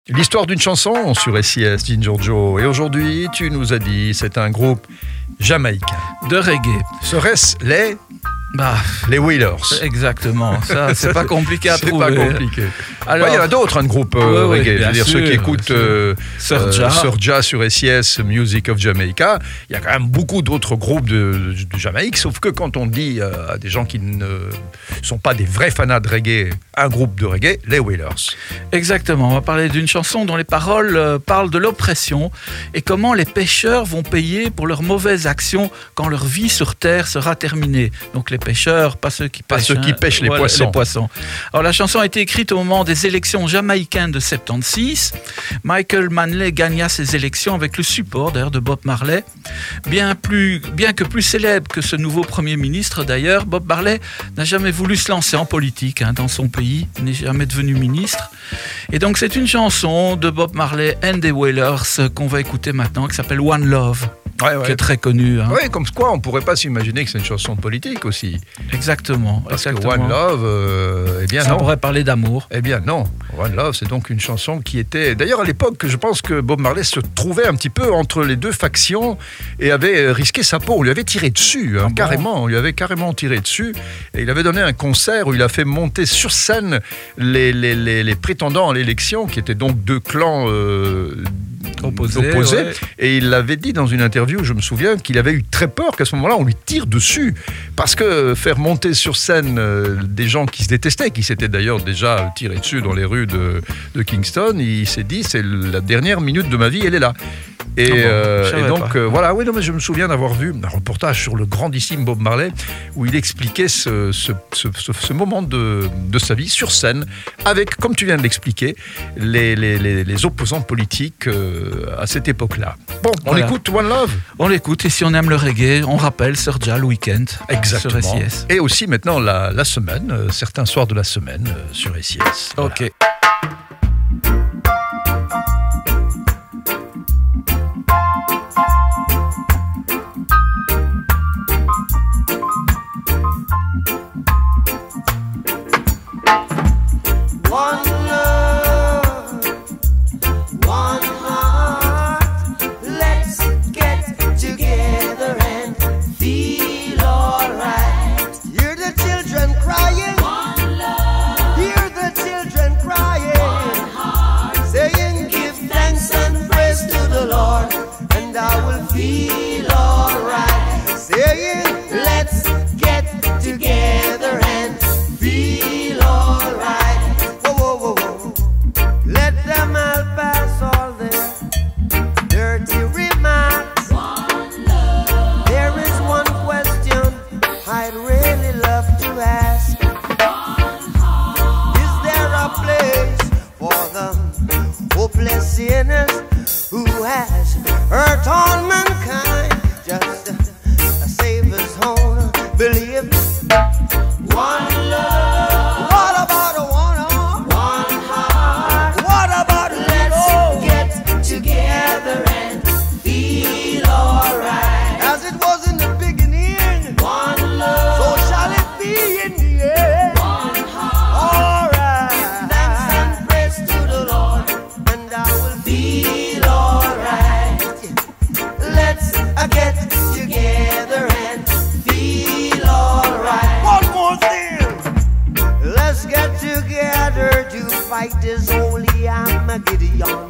L'histoire d'une chanson sur SIS, Ginger Joe. Et aujourd'hui, tu nous as dit, c'est un groupe jamaïcain. De reggae. Serait-ce les Wailers? Exactement, ça c'est pas compliqué à trouver. C'est pas compliqué. Alors, il y en a d'autres, groupes reggae. Je veux dire, ceux qui écoutent Surja sur SIS, Music of Jamaica, il y a quand même beaucoup d'autres groupes de Jamaïque, sauf que quand on dit à des gens qui ne sont pas des vrais fanats de reggae, un groupe de reggae, les Wailers. Exactement, on va parler d'une chanson dont les paroles parlent de l'oppression et comment les pêcheurs vont payer pour leurs mauvaises actions quand leur vie sur Terre sera terminée. Donc les pêcheurs, pas ceux qui pêchent, les poissons. Alors la chanson a été écrite au moment des élections jamaïcaines de 76. Michael Manley gagna ces élections avec le support d'ailleurs de Bob Marley. Bien que plus célèbre que ce nouveau Premier ministre d'ailleurs, Bob Marley n'a jamais voulu se lancer en politique dans son pays, il n'est jamais devenu ministre. Et donc c'est une chanson de Bob Marley and the Wailers qu'on va écouter maintenant, qui s'appelle One Love. Qui est très connu. Oui, comme quoi on ne pourrait pas s'imaginer que c'est une chanson politique aussi. Exactement. Parce que One Love, ça pourrait parler d'amour. Eh bien non, One Love, c'est donc une chanson qui était... D'ailleurs à l'époque, je pense que Bob Marley se trouvait un petit peu entre les deux factions et avait risqué sa peau. On lui avait tiré dessus, carrément. On lui avait carrément tiré dessus. Et il avait donné un concert où il a fait monter sur scène les prétendants à l'élection, qui étaient donc deux clans opposés. Ouais. Et il l'avait dit dans une interview, je me souviens, qu'il avait eu très peur qu'à ce moment-là, on lui tire dessus. Parce que faire monter sur scène des gens qui se détestaient, qui s'étaient d'ailleurs déjà tirés dessus dans les rues de Kingston, il s'est dit, c'est la dernière minute de ma vie, elle est là. Et donc, voilà, oui, non, mais je me souviens d'avoir vu un reportage sur le grandissime Bob Marley où il expliquait ce moment de sa vie sur scène avec, comme tu viens de l'expliquer, les opposants politiques à cette époque-là. Bon, on écoute One Love. On l'écoute, et si on aime le reggae, on rappelle Surja le week-end. Exactement. Sur SIS. Et aussi maintenant la semaine, certains soirs de la semaine sur SIS. Voilà. Ok. Sinners who has hurt all mankind, just to save his own belief. One love. What about a one heart? What about let's get together and feel alright? As it was in the beginning, one love. So shall it be in the end. One heart. Alright. Thanks and praise to the Lord, and I will feel alright. Let's get together and feel alright. One more thing. Let's get together to fight this holy Armageddon.